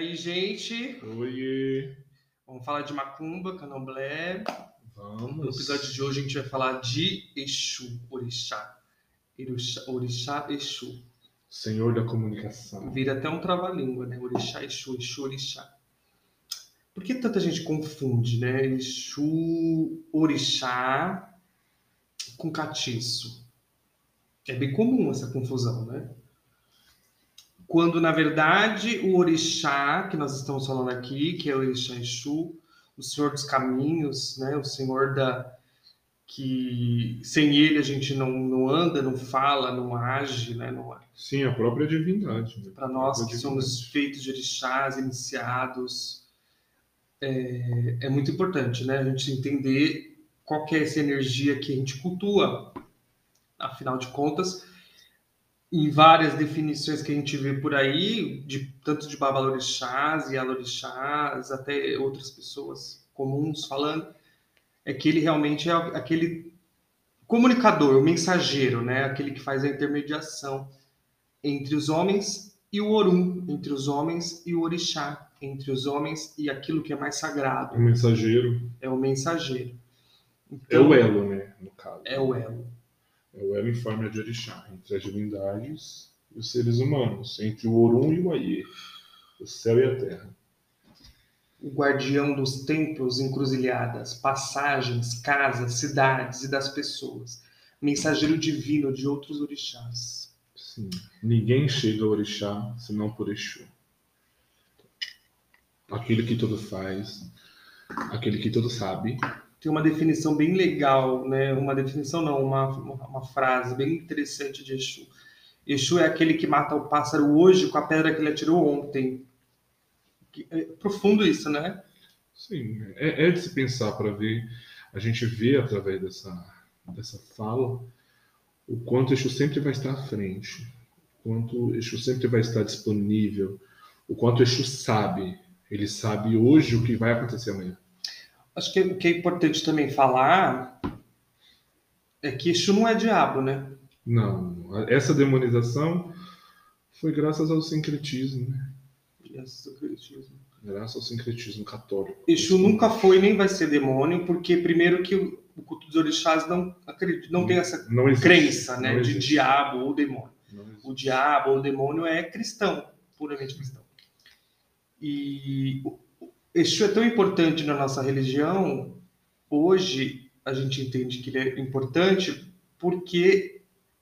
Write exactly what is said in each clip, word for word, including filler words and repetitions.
aí, gente? Oiê! Vamos falar de macumba, candomblé. Vamos. No episódio de hoje a gente vai falar de Exu, Orixá. Orixá, Orixá Exu. Senhor da comunicação. Vira até um trava-língua, né? Orixá, Exu, Exu, Orixá. Por que tanta gente confunde, né? Exu, Orixá com catiço? É bem comum essa confusão, né? Quando, na verdade, o orixá, que nós estamos falando aqui, que é o orixá Exu, o senhor dos caminhos, né? O senhor da... que sem ele a gente não, não anda, não fala, não age, né? Não... Sim, a própria divindade. Né? Para nós que divindade. somos feitos de orixás, iniciados, é, é muito importante, né? A gente entender qual que é essa energia que a gente cultua. Afinal de contas, em várias definições que a gente vê por aí, de, tanto de babalorixás e alorixás, até outras pessoas comuns falando, é que ele realmente é aquele comunicador, o mensageiro, né? Aquele que faz a intermediação entre os homens e o Orum, entre os homens e o orixá, entre os homens e aquilo que é mais sagrado. O mensageiro. É o mensageiro. Então, é o elo, né? No caso. É o elo. É o elo em forma de orixá, entre as divindades e os seres humanos, entre o Orum e o Aie, o céu e a terra. O guardião dos templos, encruzilhadas, passagens, casas, cidades e das pessoas. Mensageiro divino de outros orixás. Sim. Ninguém chega ao orixá senão por Exu. Aquele que tudo faz, aquele que tudo sabe. Tem uma definição bem legal, né? Uma definição não, uma, uma frase bem interessante de Exu. Exu é aquele que mata o pássaro hoje com a pedra que ele atirou ontem. É profundo isso, né? Sim, é, é de se pensar para ver, a gente vê através dessa, dessa fala o quanto Exu sempre vai estar à frente, o quanto Exu sempre vai estar disponível, o quanto Exu sabe, ele sabe hoje o que vai acontecer amanhã. Acho que o que é importante também falar é que Exu não é diabo, né? Não, essa demonização foi graças ao sincretismo, né? Sincretismo. Graças ao sincretismo católico. Exu nunca foi nem vai ser demônio, porque primeiro que o culto dos orixás não, acredita, não tem essa não existe, crença, né, de existe. diabo ou demônio. O diabo ou demônio é cristão, puramente cristão. E Exu é tão importante na nossa religião, hoje a gente entende que ele é importante porque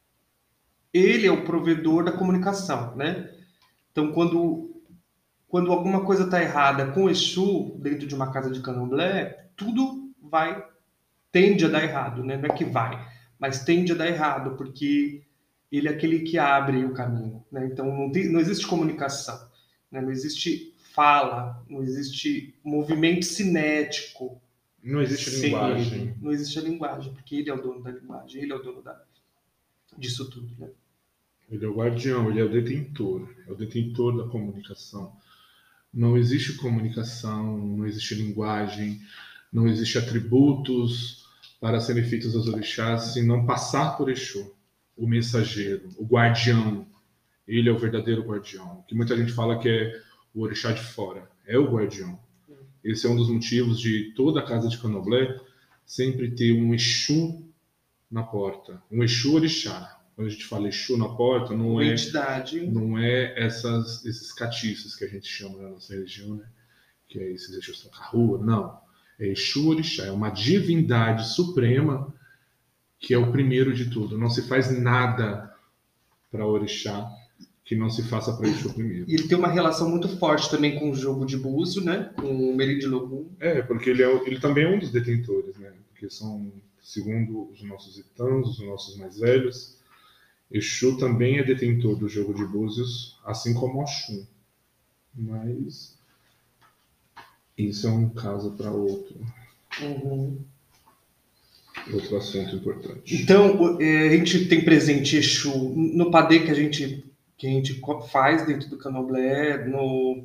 ele é o provedor da comunicação, né? Então, quando Quando alguma coisa está errada com Exu dentro de uma casa de candomblé, tudo vai, tende a dar errado, né? Não é que vai, mas tende a dar errado, porque ele é aquele que abre o caminho, né? Então não, tem, não existe comunicação, né? Não existe fala, não existe movimento cinético. Não existe linguagem. Ele. Não existe a linguagem, porque ele é o dono da linguagem, ele é o dono da, disso tudo, né? Ele é o guardião, ele é o detentor, é o detentor da comunicação. Não existe comunicação, não existe linguagem, não existe atributos para serem feitos aos orixás se não passar por Exu, o mensageiro, o guardião. Ele é o verdadeiro guardião. Que muita gente fala que é o orixá de fora, é o guardião. Esse é um dos motivos de toda a casa de candomblé sempre ter um Exu na porta, um Exu orixá. Quando a gente fala Exu na porta, não é, não é essas, esses catiços que a gente chama na nossa religião, né? Que é esses Exus na rua, não. É Exu Orixá, é uma divindade suprema que é o primeiro de tudo. Não se faz nada para Orixá que não se faça para Exu primeiro. E ele tem uma relação muito forte também com o jogo de búzio, né? Com o Merim de Logum. É, porque ele, é, ele também é um dos detentores, né? Porque são, segundo os nossos itãs, os nossos mais velhos, Exu também é detentor do jogo de búzios, assim como Oxum. Mas isso é um caso para outro. Uhum. Outro assunto importante. Então, a gente tem presente Exu no padê que a gente, que a gente faz dentro do candomblé, no,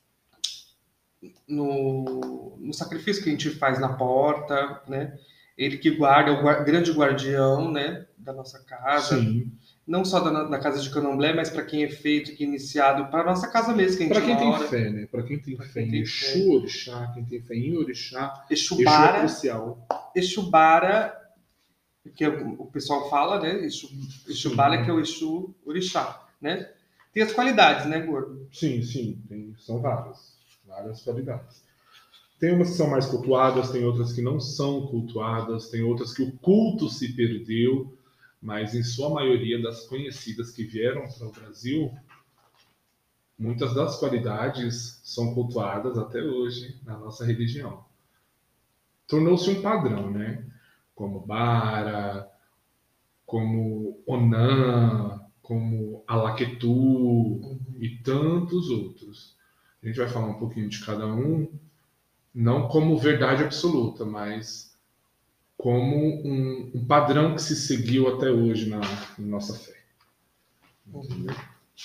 no, no sacrifício que a gente faz na porta, né? Ele que guarda, é o grande guardião, né? da nossa casa. Sim. Não só da, da casa de Candomblé, mas para quem é feito, que é iniciado, para nossa casa mesmo, que a gente Para quem mora. tem fé, né? Para quem tem Pra fé quem em tem Exu, fé. Orixá, quem tem fé em Orixá, Exu é Exubara, crucial. Exubara, que é o o pessoal fala, né? Exu, Exubara, Sim. que é o Exu Orixá, né? Tem as qualidades, né, Gordo? Sim, sim, tem, são várias, várias qualidades. Tem umas que são mais cultuadas, tem outras que não são cultuadas, tem outras que o culto se perdeu, mas em sua maioria das conhecidas que vieram para o Brasil, muitas das qualidades são cultuadas até hoje na nossa religião. Tornou-se um padrão, né? Como Bara, como Onã, como Alaquetu Uhum. e tantos outros. A gente vai falar um pouquinho de cada um, não como verdade absoluta, mas como um, um padrão que se seguiu até hoje na, na nossa fé. Entendeu?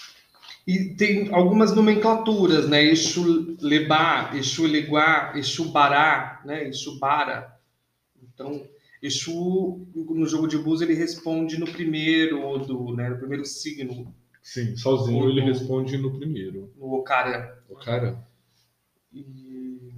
E tem algumas nomenclaturas, né? Exu Lebá, Exu Eleguá, Exu Bará, né? Exu Bara. Então, Exu, no jogo de búzios, ele responde no primeiro Odu, né? No primeiro signo. Sim, sozinho Odu, ele responde no primeiro. no Ocarã. O cara. E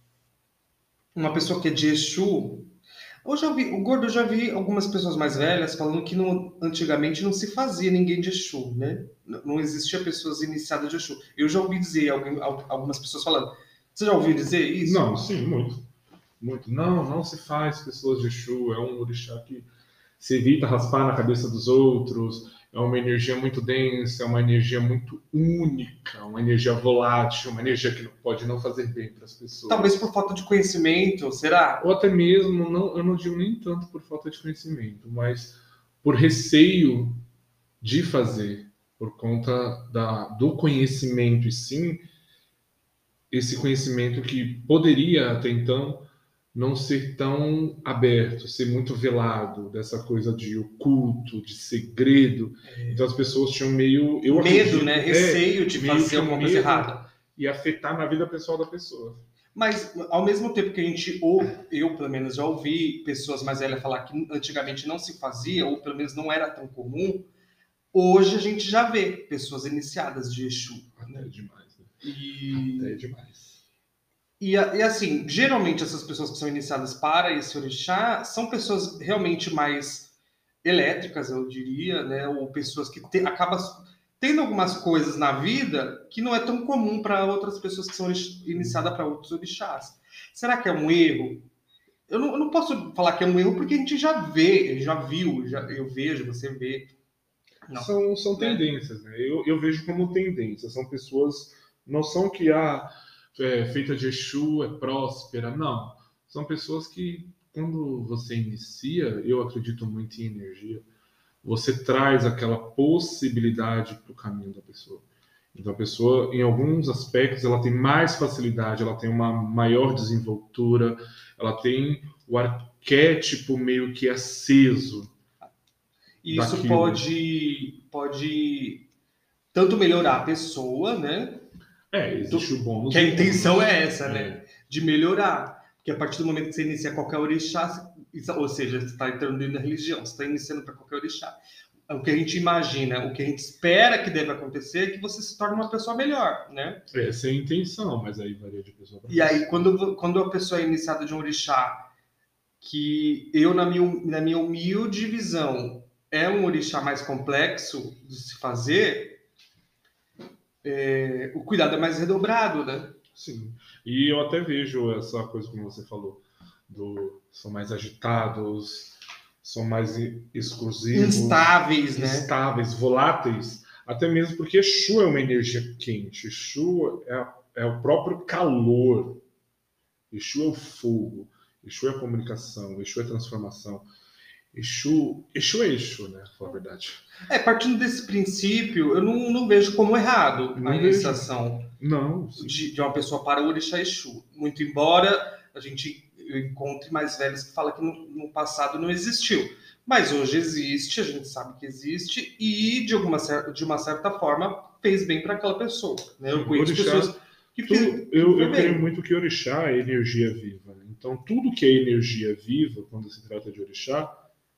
uma pessoa que é de Exu. Eu já vi, o Gordo, eu já vi algumas pessoas mais velhas falando que não, antigamente não se fazia ninguém de Exu, né? Não não existia pessoas iniciadas de Exu. Eu já ouvi dizer, alguém, al- algumas pessoas falando. Você já ouviu dizer isso? Não, sim, muito. Muito. Não, não se faz pessoas de Exu. É um orixá que se evita raspar na cabeça dos outros. É uma energia muito densa, é uma energia muito única, uma energia volátil, uma energia que pode não fazer bem para as pessoas. Talvez por falta de conhecimento, será? Ou até mesmo, não, eu não digo nem tanto por falta de conhecimento, mas por receio de fazer, por conta da, do conhecimento, e sim, esse conhecimento que poderia até então não ser tão aberto, ser muito velado, dessa coisa de oculto, de segredo. É. Então as pessoas tinham meio. Eu Medo, acredito, né? é, Receio de meio fazer que um alguma coisa medo errada. e afetar na vida pessoal da pessoa. Mas, ao mesmo tempo que a gente, ou eu pelo menos já ouvi pessoas mais velhas falar que antigamente não se fazia, ou pelo menos não era tão comum, hoje a gente já vê pessoas iniciadas de Exu. Até Né? demais, né? E, Até demais. e, e assim, geralmente essas pessoas que são iniciadas para esse orixá são pessoas realmente mais elétricas, eu diria, né? Ou pessoas que te, acabam tendo algumas coisas na vida que não é tão comum para outras pessoas que são iniciadas para outros orixás. Será que é um erro? Eu não, eu não posso falar que é um erro porque a gente já vê, já viu, já, eu vejo, você vê. Não, são são né? tendências, né? Eu, eu vejo como tendências. São pessoas, não são que a é, feita de Exu é próspera, não. São pessoas que, quando você inicia, eu acredito muito em energia, você traz aquela possibilidade para o caminho da pessoa. Então a pessoa, em alguns aspectos, ela tem mais facilidade, ela tem uma maior desenvoltura, ela tem o arquétipo meio que aceso. E isso daquilo. pode, pode tanto melhorar a pessoa, né? É, existe o bônus. Que a e o intenção bônus. é essa, É. né? De melhorar. Porque a partir do momento que você inicia qualquer orixá, ou seja, você está entrando dentro da religião, você está iniciando para qualquer orixá. O que a gente imagina, o que a gente espera que deve acontecer é que você se torne uma pessoa melhor, né? Essa é a intenção, mas aí varia de pessoa para E pessoa. aí, quando, quando a pessoa é iniciada de um orixá, que eu, na minha, na minha humilde visão, é um orixá mais complexo de se fazer, é, o cuidado é mais redobrado, né? Sim. E eu até vejo essa coisa como você falou, do são mais agitados, são mais exclusivos, Instáveis, né? instáveis, voláteis, até mesmo porque Exu é uma energia quente. Exu é, é o próprio calor. Exu é o fogo. Exu é a comunicação. Exu é a transformação. Exu, Exu é Exu, né? Pra falar a verdade. É, partindo desse princípio, eu não, não vejo como errado Não a vejo. iniciação Não. de, de uma pessoa para o orixá Exu. Muito embora a gente encontre mais velhos que falam que no, no passado não existiu. Mas hoje existe, a gente sabe que existe, e de, alguma, de uma certa forma fez bem para aquela pessoa. Né? Eu conheço Orixá, pessoas que tu, fiz, eu, que eu bem. creio muito que Orixá é energia viva. Então, tudo que é energia viva, quando se trata de Orixá,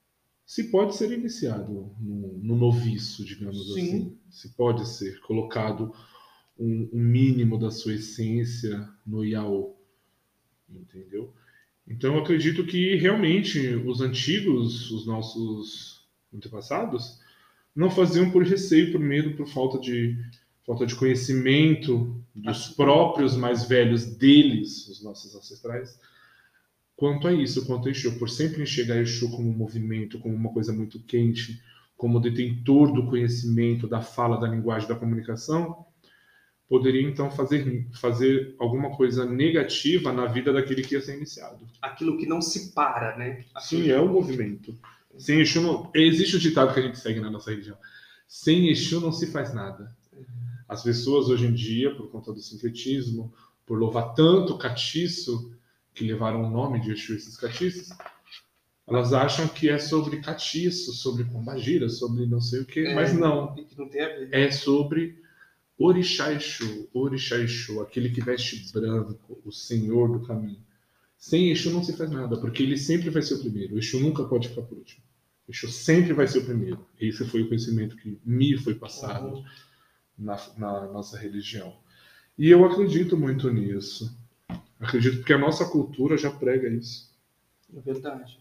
se pode ser iniciado no, no noviço, digamos Sim. assim. Se pode ser colocado um, um mínimo da sua essência no Yaô, entendeu? Então eu acredito que realmente os antigos, os nossos antepassados, não faziam por receio, por medo, por falta de, falta de conhecimento dos próprios mais velhos deles, os nossos ancestrais, quanto a isso, quanto a Exu, por sempre enxergar Exu como um movimento, como uma coisa muito quente, como detentor do conhecimento, da fala, da linguagem, da comunicação, poderia então fazer, fazer alguma coisa negativa na vida daquele que ia ser iniciado. Aquilo que não se para, né? Aquilo Sim, é um movimento. Sem Exu não... Existe o ditado que a gente segue na nossa religião. Sem Exu não se faz nada. As pessoas hoje em dia, por conta do sincretismo, por louvar tanto o catiço, que levaram o nome de Exu, esses catiços, elas acham que é sobre catiço, sobre pombagira, sobre não sei o quê, é, mas não. não tem a ver. É sobre Orixá Exu, Orixá Exu, aquele que veste branco, o senhor do caminho. Sem Exu não se faz nada, porque ele sempre vai ser o primeiro. O Exu nunca pode ficar por último. O Exu sempre vai ser o primeiro. Esse foi o conhecimento que me foi passado uhum. na, na nossa religião. E eu acredito muito nisso. Acredito porque a nossa cultura já prega isso. É verdade.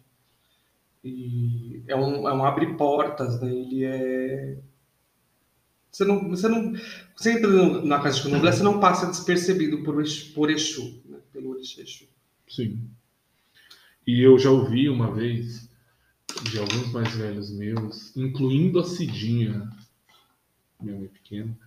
E é um, é um abre portas, né? Ele é... Você não, você não, você entra na casa de candomblé, você não passa despercebido por Exu, por Exu, né? Pelo Orixá Exu. Sim. E eu já ouvi uma vez de alguns mais velhos meus, incluindo a Cidinha, minha mãe pequena,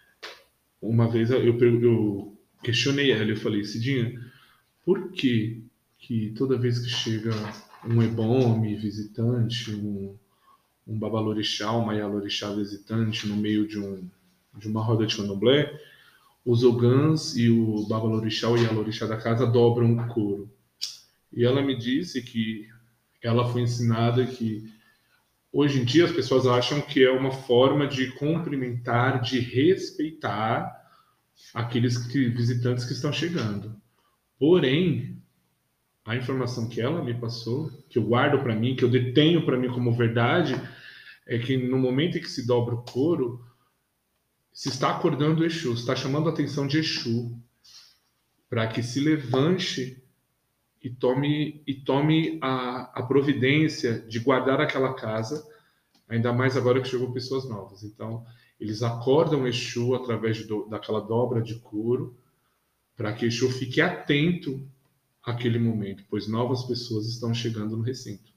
uma vez eu, eu, eu questionei ela, eu falei, Cidinha, por que que toda vez que chega um ebome visitante, um, um babalorixá, um maialorixá visitante no meio de, um, de uma roda de candomblé, os ogãs e o babalorixá, o ialorixá da casa dobram o couro? E ela me disse que ela foi ensinada que hoje em dia as pessoas acham que é uma forma de cumprimentar, de respeitar aqueles que, visitantes que estão chegando. Porém, a informação que ela me passou, que eu guardo para mim, que eu detenho para mim como verdade, é que no momento em que se dobra o couro, se está acordando o Exu, se está chamando a atenção de Exu, para que se levante e tome, e tome a, a providência de guardar aquela casa, ainda mais agora que chegou pessoas novas. Então, eles acordam o Exu através de, daquela dobra de couro, para que o Exu fique atento àquele momento, pois novas pessoas estão chegando no recinto.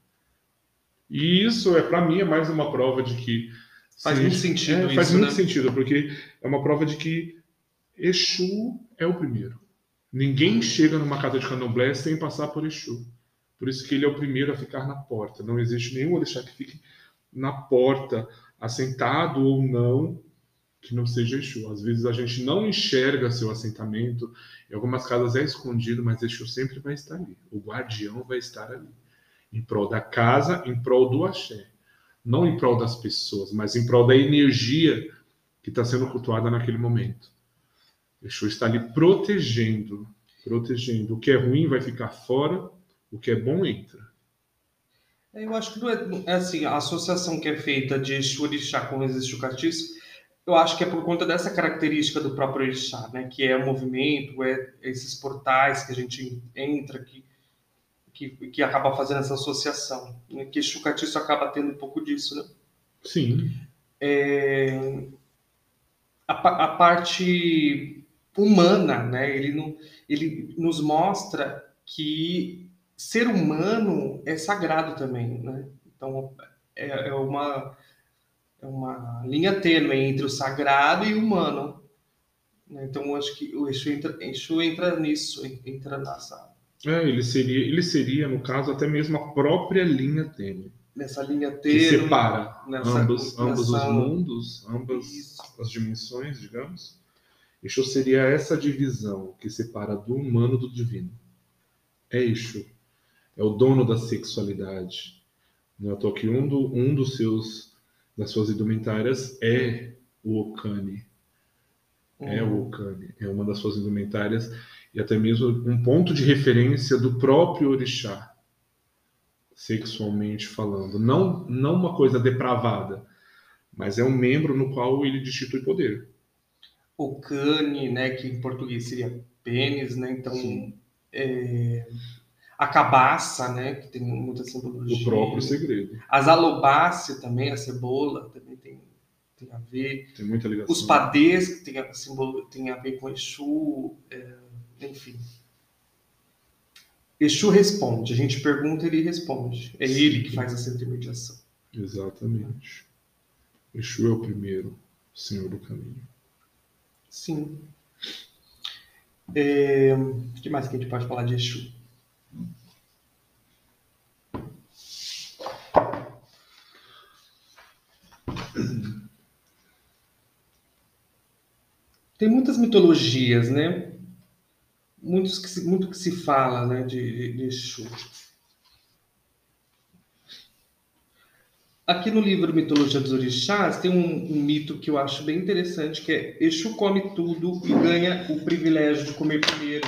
E isso, é para mim, é mais uma prova de que... Faz sim, muito sentido é, isso, Faz muito né? sentido, porque é uma prova de que Exu é o primeiro. Ninguém chega numa casa de candomblé sem passar por Exu. Por isso que ele é o primeiro a ficar na porta. Não existe nenhum orixá que fique na porta, assentado ou não, que não seja Exu. Às vezes a gente não enxerga seu assentamento, em algumas casas é escondido, mas Exu sempre vai estar ali. O guardião vai estar ali. Em prol da casa, em prol do axé. Não em prol das pessoas, mas em prol da energia que está sendo cultuada naquele momento. Exu está ali protegendo, protegendo. O que é ruim vai ficar fora, o que é bom entra. Eu acho que não é, é assim, a associação que é feita de Exu Orixá com Exu Catiço, eu acho que é por conta dessa característica do próprio Orixá, né? Que é o movimento, é esses portais que a gente entra, que, que, que acaba fazendo essa associação. Né? Que Exu Catiço acaba tendo um pouco disso, né? Sim. É, a, a parte humana, né? Ele, não, ele nos mostra que ser humano é sagrado também, né? Então é, é uma é uma linha tênue entre o sagrado e o humano. Né? Então eu acho que o Exu entra, Exu entra nisso, entra nessa. É, ele seria, ele seria no caso até mesmo a própria linha tênue. Nessa linha tênue que separa nessa, ambos, nessa... ambos os mundos, ambas Isso. as dimensões, digamos. Exu seria essa divisão que separa do humano do divino. É Exu. É o dono da sexualidade. Não é à toa que um, do, um dos seus, das suas indumentárias é o Okane. Uhum. É o Okane. É uma das suas indumentárias e até mesmo um ponto de referência do próprio Orixá. sexualmente falando. Não, não uma coisa depravada, mas é um membro no qual ele destitui poder. O cane, né, que em português seria pênis, né? Então, é, a cabaça, né, que tem muita simbologia. O próprio segredo. As alobáceas também, a cebola, também tem, tem a ver. Tem muita ligação. Os padês, que tem a, simbolo, tem a ver com Exu, é, enfim. Exu responde, a gente pergunta, ele responde. É Sim. ele que faz essa intermediação. Exatamente. Exu é o primeiro senhor do caminho. Sim. É, o que mais que a gente pode falar de Exu? Tem muitas mitologias, né? Muitos que se, muito que se fala, né, de, de Exu. Aqui no livro Mitologia dos Orixás tem um, um mito que eu acho bem interessante, que é Exu come tudo e ganha o privilégio de comer primeiro.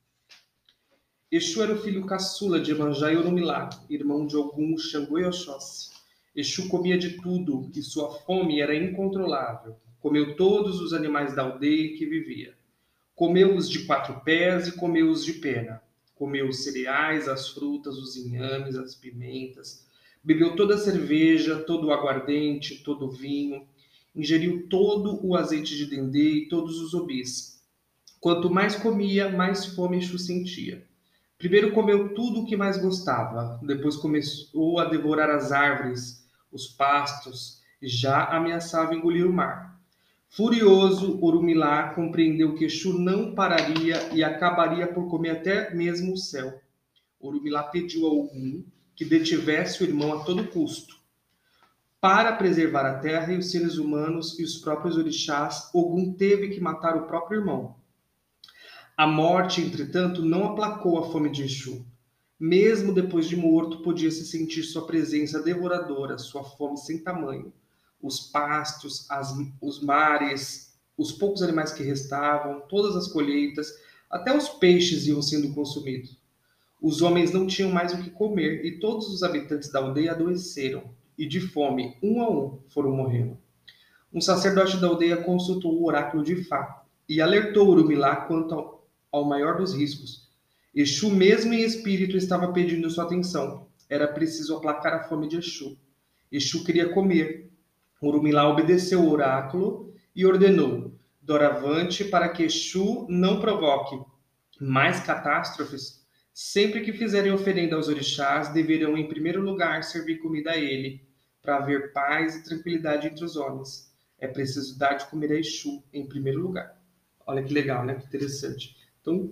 Exu era o filho caçula de Iemanjá e Orumilá, irmão de Ogum, Xangô e Oxóssi. Exu comia de tudo e sua fome era incontrolável. Comeu todos os animais da aldeia em que vivia. Comeu-os de quatro pés e comeu-os de pena. Comeu os cereais, as frutas, os inhames, as pimentas. Bebeu toda a cerveja, todo o aguardente, todo o vinho. Ingeriu todo o azeite de dendê e todos os obis. Quanto mais comia, mais fome Exu sentia. Primeiro comeu tudo o que mais gostava. Depois começou a devorar as árvores, os pastos, e já ameaçava engolir o mar. Furioso, Orumilá compreendeu que Exu não pararia e acabaria por comer até mesmo o céu. Orumilá pediu a Ogum que detivesse o irmão a todo custo. Para preservar a terra e os seres humanos e os próprios orixás, Ogum teve que matar o próprio irmão. A morte, entretanto, não aplacou a fome de Exu. Mesmo depois de morto, podia-se sentir sua presença devoradora, sua fome sem tamanho. Os pastos, as, os mares, os poucos animais que restavam, todas as colheitas, até os peixes iam sendo consumidos. Os homens não tinham mais o que comer e todos os habitantes da aldeia adoeceram, e de fome, um a um, foram morrendo. Um sacerdote da aldeia consultou o oráculo de Fá e alertou Orumilá quanto ao, ao maior dos riscos. Exu, mesmo em espírito, estava pedindo sua atenção. Era preciso aplacar a fome de Exu. Exu queria comer. Orumilá obedeceu o oráculo e ordenou: doravante, para que Exu não provoque mais catástrofes, sempre que fizerem oferenda aos orixás, deverão em primeiro lugar servir comida a ele, para haver paz e tranquilidade entre os homens. É preciso dar de comer a Exu em primeiro lugar. Olha que legal, né? Que interessante. Então,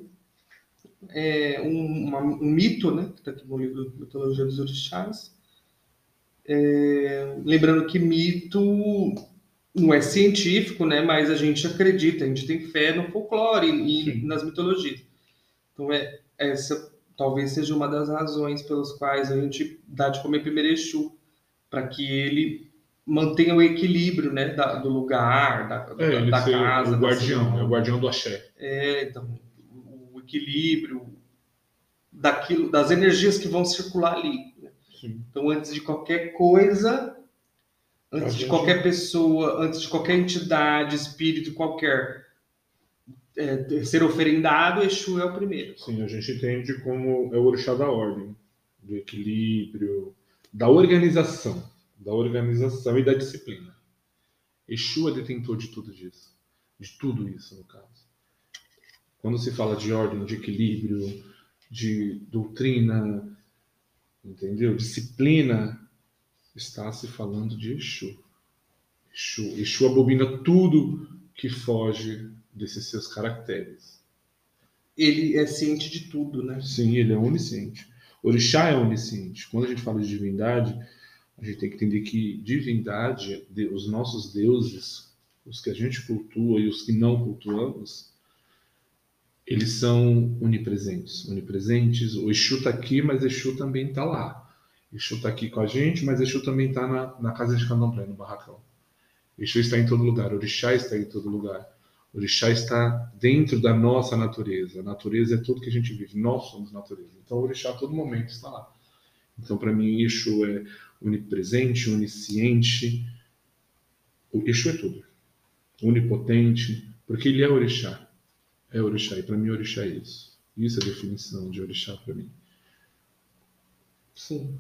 é um, uma, um mito, né? Que está aqui no livro Mitologia dos Orixás. É, lembrando que mito não é científico, né? Mas a gente acredita, a gente tem fé no folclore e Sim. nas mitologias. Então, é, essa talvez seja uma das razões pelas quais a gente dá de comer primeiro Exu, para que ele mantenha o equilíbrio, né? Da, do lugar, da, é, da, ele da casa. O guardião, é o guardião do axé. É, então, o equilíbrio daquilo, das energias que vão circular ali. Sim. Então, antes de qualquer coisa, antes gente... de qualquer pessoa, antes de qualquer entidade, espírito qualquer é, ser oferendado, Exu é o primeiro. Sim, a gente entende como é o orixá da ordem, do equilíbrio, da organização, da organização e da disciplina. Exu é detentor de tudo isso, de tudo isso, no caso. Quando se fala de ordem, de equilíbrio, de doutrina, entendeu? Disciplina, está se falando de Exu. Exu, Exu abomina tudo que foge desses seus caracteres. Ele é ciente de tudo, né? Sim, ele é onisciente. Orixá é onisciente. Quando a gente fala de divindade, a gente tem que entender que divindade, os nossos deuses, os que a gente cultua e os que não cultuamos, eles são onipresentes. Onipresentes. O Exu está aqui, mas Exu também está lá. Exu está aqui com a gente, mas Exu também está na, na casa de Candomblé, no barracão. Exu está em todo lugar. Orixá está em todo lugar. Orixá está dentro da nossa natureza. A natureza é tudo que a gente vive. Nós somos natureza. Então o Orixá a todo momento está lá. Então, para mim, Exu é onipresente, onisciente. O Exu é tudo. Onipotente, porque ele é orixá. É orixá, e para mim orixá é isso. Isso é a definição de orixá para mim. Sim.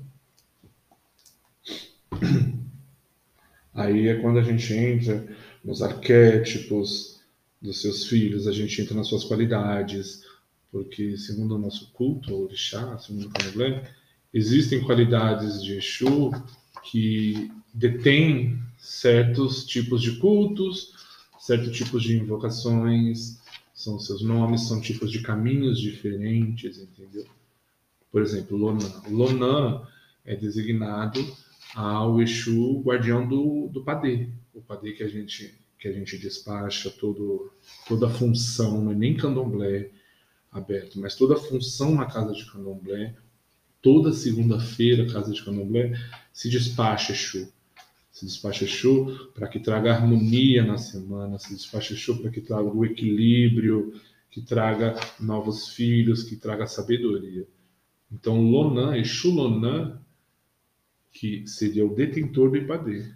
Aí é quando a gente entra nos arquétipos dos seus filhos, a gente entra nas suas qualidades, porque segundo o nosso culto, o orixá, segundo o Candomblé, existem qualidades de Exu que detêm certos tipos de cultos, certos tipos de invocações, são seus nomes, são tipos de caminhos diferentes, entendeu? Por exemplo, Lonã. Lonã é designado ao Exu guardião do, do Padê. O Padê que a gente, que a gente despacha todo, toda a função, não é nem candomblé aberto, mas toda a função na casa de candomblé, toda segunda-feira, casa de candomblé, se despacha Exu. Se despacha Exu para que traga harmonia na semana, se despacha Exu para que traga o equilíbrio, que traga novos filhos, que traga sabedoria. Então, Lonã, Exu Lonã, que seria o detentor do Ipadê.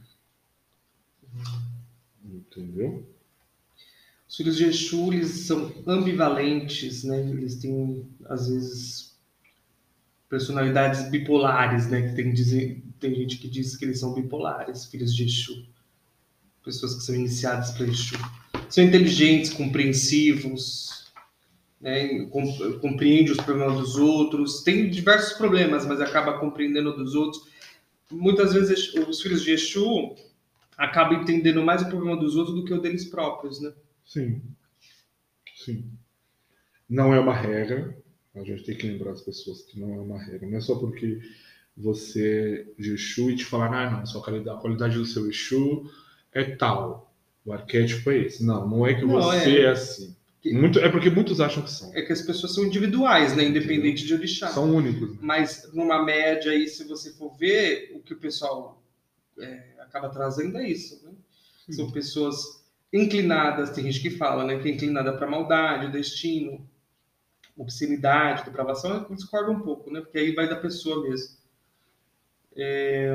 Entendeu? Os filhos de Exu, eles são ambivalentes, né? Eles têm, às vezes, personalidades bipolares, né? Que tem, dizem, tem gente que diz que eles são bipolares, filhos de Exu. Pessoas que são iniciadas para Exu. São inteligentes, compreensivos, né? Compreende os problemas dos outros. Tem diversos problemas, mas acaba compreendendo dos outros. Muitas vezes os filhos de Exu acabam entendendo mais o problema dos outros do que o deles próprios, né? Sim. Sim. Não é uma regra. A gente tem que lembrar as pessoas que não é uma regra. Não é só porque você é de Exu e te falar, ah, não, sua qualidade, a qualidade do seu Exu é tal. O arquétipo é esse. Não, não é que não, você é, é assim. Muito, é porque muitos acham que são. É que as pessoas são individuais, né? Independente de orixá. São únicos. Né? Mas numa média aí, se você for ver, o que o pessoal é, acaba trazendo é isso, né? Sim. São pessoas inclinadas, tem gente que fala, né? Que é inclinada para maldade, destino, obscenidade, depravação, eu discordo um pouco, né? Porque aí vai da pessoa mesmo. É...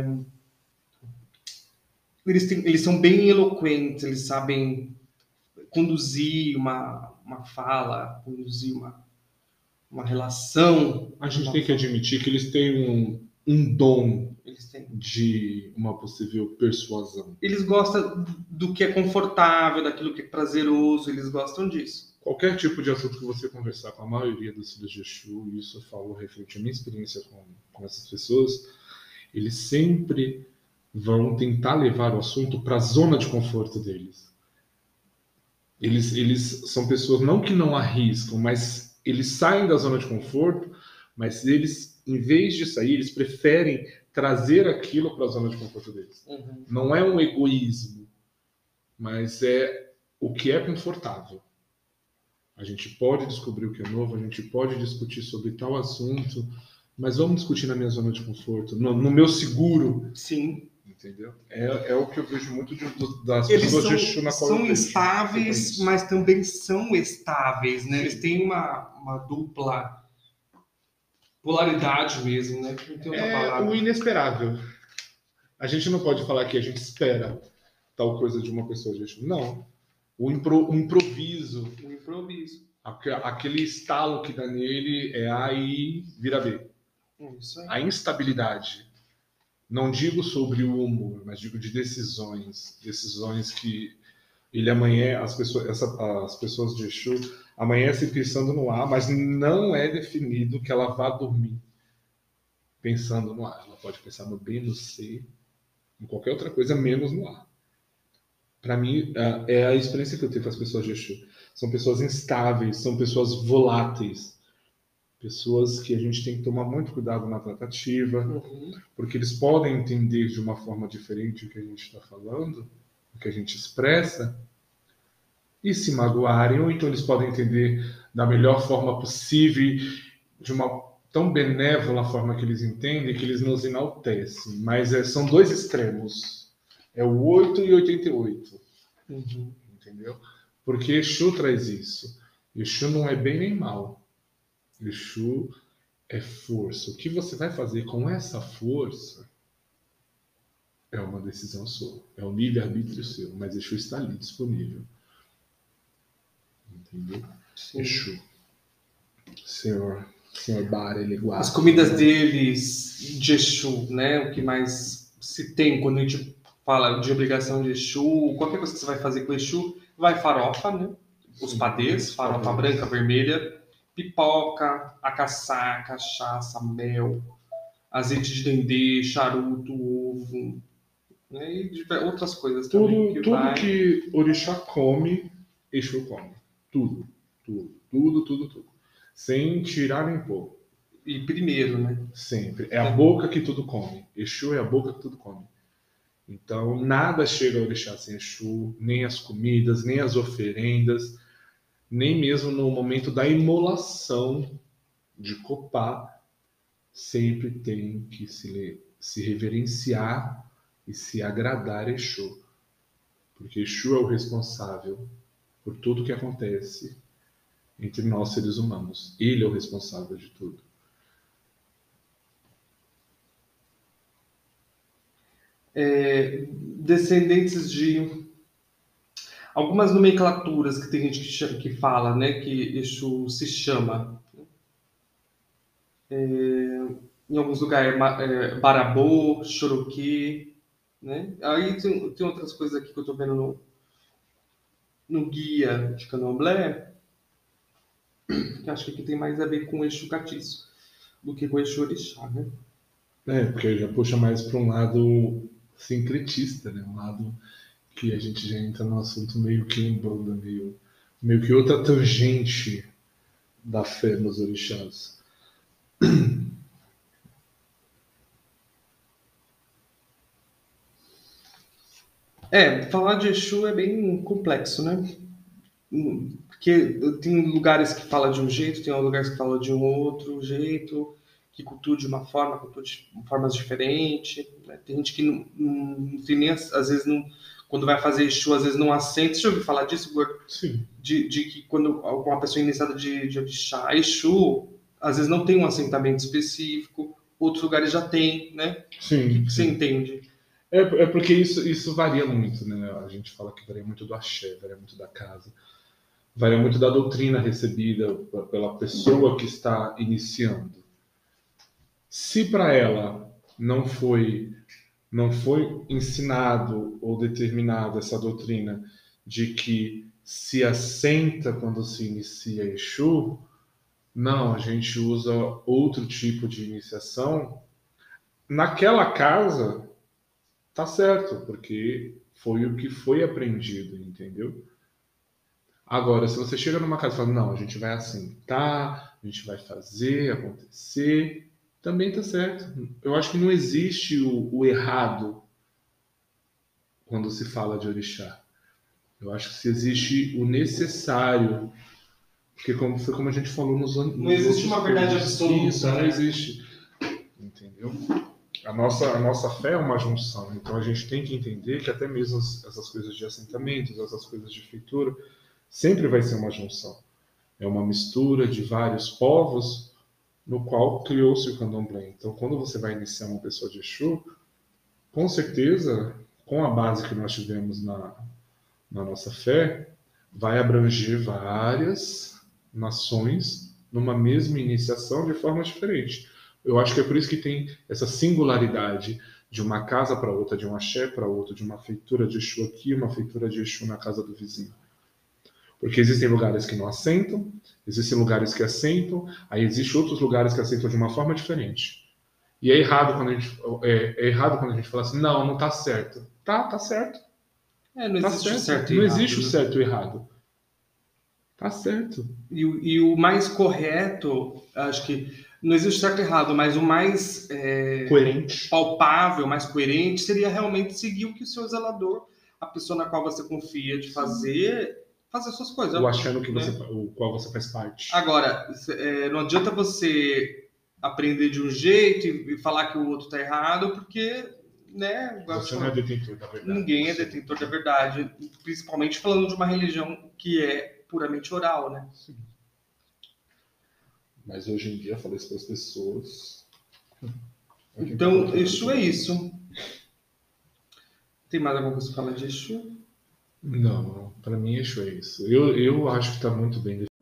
Eles, têm, eles são bem eloquentes, eles sabem conduzir uma, uma fala, conduzir uma, uma relação. A gente uma tem forma. que admitir que eles têm um, um dom eles têm. de uma possível persuasão. Eles gostam do que é confortável, daquilo que é prazeroso, eles gostam disso. Qualquer tipo de assunto que você conversar com a maioria dos filhos de Exu, e isso eu falo referente à minha experiência com, com essas pessoas, eles sempre vão tentar levar o assunto para a zona de conforto deles. Eles, eles são pessoas não que não arriscam, mas eles saem da zona de conforto, mas eles, em vez de sair, eles preferem trazer aquilo para a zona de conforto deles. Uhum. Não é um egoísmo, mas é o que é confortável. A gente pode descobrir o que é novo, a gente pode discutir sobre tal assunto, mas vamos discutir na minha zona de conforto, no, no meu seguro. Sim. Entendeu? É, é o que eu vejo muito de, das eles pessoas são, de Exu na qual são eu vejo. instáveis, mas também são estáveis, né? Sim. Eles têm uma, uma dupla polaridade mesmo, né? Não tem outra é palavra. O inesperável. A gente não pode falar que a gente espera tal coisa de uma pessoa de Exu. Não. O impro, improviso. O improviso. Aquele estalo que dá nele é A e vira B. Isso aí. A instabilidade. Não digo sobre o humor, mas digo de decisões. Decisões que ele amanhã, as pessoas, essa, as pessoas de Exu amanhecem pensando no ar, mas não é definido que ela vá dormir pensando no ar. Ela pode pensar no B, no C, em qualquer outra coisa, menos no ar. Para mim, é a experiência que eu tenho com as pessoas de Exu. São pessoas instáveis, são pessoas voláteis. Pessoas que a gente tem que tomar muito cuidado na tratativa, uhum. porque eles podem entender de uma forma diferente o que a gente está falando, o que a gente expressa, e se magoarem, ou então eles podem entender da melhor forma possível, de uma tão benévola forma que eles entendem, que eles nos enaltecem. Mas é, são dois extremos. É o oito e oitenta e oito. Uhum. Entendeu? Porque Exu traz isso. Exu não é bem nem mal. Exu é força. O que você vai fazer com essa força é uma decisão sua. É um livre-arbítrio seu, mas Exu está ali disponível. Entendeu? Sim. Exu. Senhor, senhor Bara, ele guarda. As comidas né? deles de Exu, né? O que mais se tem quando a gente fala de obrigação de Exu, qualquer coisa que você vai fazer com Exu, vai farofa, né? Os Sim, padês, farofa padês. branca, vermelha, pipoca, acaçá, cachaça, mel, azeite de dendê, charuto, ovo, né? E outras coisas tudo, também. Que tudo vai... que orixá come, Exu come. Tudo, tudo, tudo, tudo, tudo. Sem tirar nem pôr. E primeiro, né? Sempre. É a boca que tudo come. Exu é a boca que tudo come. Então, nada chega ao orixá sem Exu, nem as comidas, nem as oferendas, nem mesmo no momento da imolação de copar, sempre tem que se, se reverenciar e se agradar a Exu. Porque Exu é o responsável por tudo que acontece entre nós seres humanos. Ele é o responsável de tudo. É, descendentes de algumas nomenclaturas que tem gente que, chama, que fala, né, que Exu se chama. É, em alguns lugares é Barabô, Choroquê, né? Aí tem, tem outras coisas aqui que eu estou vendo no, no guia de Candomblé, que acho que aqui tem mais a ver com o Exu Catiço do que com o Exu Orixá, né? É, porque já puxa mais para um lado sincretista, né? Um lado que a gente já entra no assunto meio que umbanda, meio, meio que outra tangente da fé nos orixás. É, falar de Exu é bem complexo, né? Porque tem lugares que falam de um jeito, tem lugares que falam de um outro jeito, que cultua de uma forma, cultua de formas diferentes. Né? Tem gente que não, não, não tem nem, às vezes, não, quando vai fazer Exu, às vezes não assenta. Você já ouviu falar disso, Gordo? Sim. De, de que quando uma pessoa iniciada de, de Orixá, Exu, às vezes não tem um assentamento específico, outros lugares já tem, né? Sim. O que, que sim. você entende? É, é porque isso, isso varia muito, né? A gente fala que varia muito do axé, varia muito da casa, varia muito da doutrina recebida pela pessoa que está iniciando. Se para ela não foi, não foi ensinado ou determinado essa doutrina de que se assenta quando se inicia Exu, não, a gente usa outro tipo de iniciação. Naquela casa, tá certo, porque foi o que foi aprendido, entendeu? Agora, se você chega numa casa e fala, não, a gente vai assentar, a gente vai fazer acontecer, também tá certo. Eu acho que não existe o, o errado quando se fala de orixá. Eu acho que se existe o necessário, porque como foi como a gente falou nos anos. Não existe uma verdade absoluta. Isso, não existe. Entendeu? A nossa, a nossa fé é uma junção, então a gente tem que entender que até mesmo essas coisas de assentamentos, essas coisas de feitura, sempre vai ser uma junção. É uma mistura de vários povos no qual criou-se o candomblé. Então, quando você vai iniciar uma pessoa de Exu, com certeza, com a base que nós tivemos na, na nossa fé, vai abranger várias nações numa mesma iniciação de forma diferente. Eu acho que é por isso que tem essa singularidade de uma casa para outra, de um axé para outra, de uma feitura de Exu aqui, uma feitura de Exu na casa do vizinho. Porque existem lugares que não assentam, existem lugares que assentam, aí existem outros lugares que assentam de uma forma diferente. E é errado quando a gente, é, é errado quando a gente fala assim, não, não tá certo. Tá, tá certo. É, não tá existe certo. o certo e não errado. existe o certo e errado. Tá certo. E, e o mais correto, acho que não existe certo e errado, mas o mais é, coerente, palpável, mais coerente, seria realmente seguir o que o seu zelador, a pessoa na qual você confia de fazer, fazer suas coisas. Ou achando que né? você, o qual você faz parte. Agora, é, não adianta você aprender de um jeito e falar que o outro está errado, porque, né? Você não é detentor da verdade. Ninguém é detentor da verdade, principalmente falando de uma religião que é puramente oral, né? Sim. Mas hoje em dia, falei isso para as pessoas. Então, Exu é isso. Tem mais alguma coisa para falar de Exu? Não, para mim Exu é isso. Eu, eu acho que está muito bem